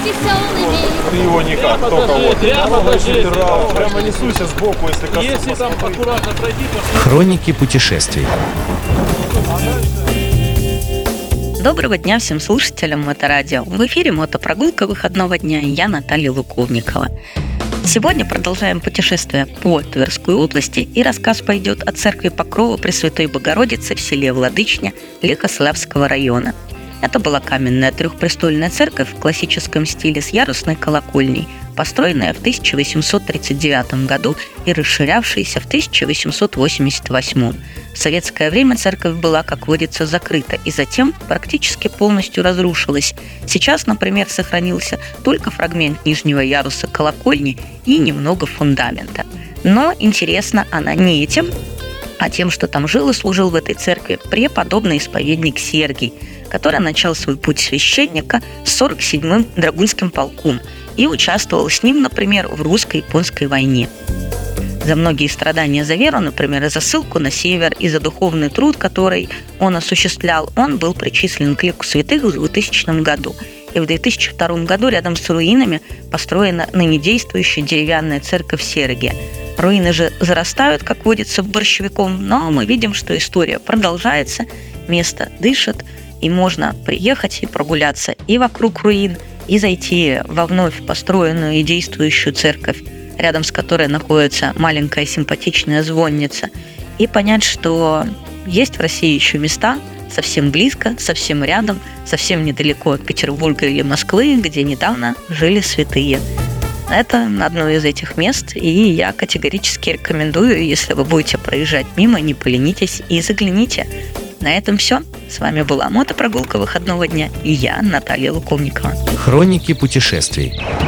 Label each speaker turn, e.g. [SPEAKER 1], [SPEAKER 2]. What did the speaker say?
[SPEAKER 1] Ты его никак, только вот. Прямо несуйся сбоку, если коснусь.
[SPEAKER 2] Если там аккуратно пройти, то...
[SPEAKER 3] Хроники путешествий.
[SPEAKER 4] Доброго дня всем слушателям Моторадио. В эфире мотопрогулка выходного дня, и я Наталья Луковникова. Сегодня продолжаем путешествие по Тверской области, и рассказ пойдет о церкви Покрова Пресвятой Богородицы в селе Владычня Лихославского района. Это была каменная трехпрестольная церковь в классическом стиле с ярусной колокольней, построенная в 1839 году и расширявшаяся в 1888. В советское время церковь была, как водится, закрыта и затем практически полностью разрушилась. Сейчас, например, сохранился только фрагмент нижнего яруса колокольни и немного фундамента. Но интересна она не этим, а тем, что там жил и служил в этой церкви преподобный исповедник Сергий, который начал свой путь священника с 47-м драгунским полком и участвовал с ним, например, в русско-японской войне. За многие страдания за веру, например, и за ссылку на север, и за духовный труд, который он осуществлял, он был причислен к лику святых в 2000 году. И в 2002 году рядом с руинами построена ныне действующая деревянная церковь Сергия. Руины же зарастают, как водится, борщевиком, но мы видим, что история продолжается, место дышит, и можно приехать и прогуляться и вокруг руин, и зайти во вновь построенную и действующую церковь, рядом с которой находится маленькая симпатичная звонница, и понять, что есть в России еще места совсем близко, совсем рядом, совсем недалеко от Петербурга или Москвы, где недавно жили святые. Это одно из этих мест, и я категорически рекомендую, если вы будете проезжать мимо, не поленитесь и загляните. На этом все. С вами была мотопрогулка выходного дня, и я, Наталья Луковникова.
[SPEAKER 3] Хроники путешествий.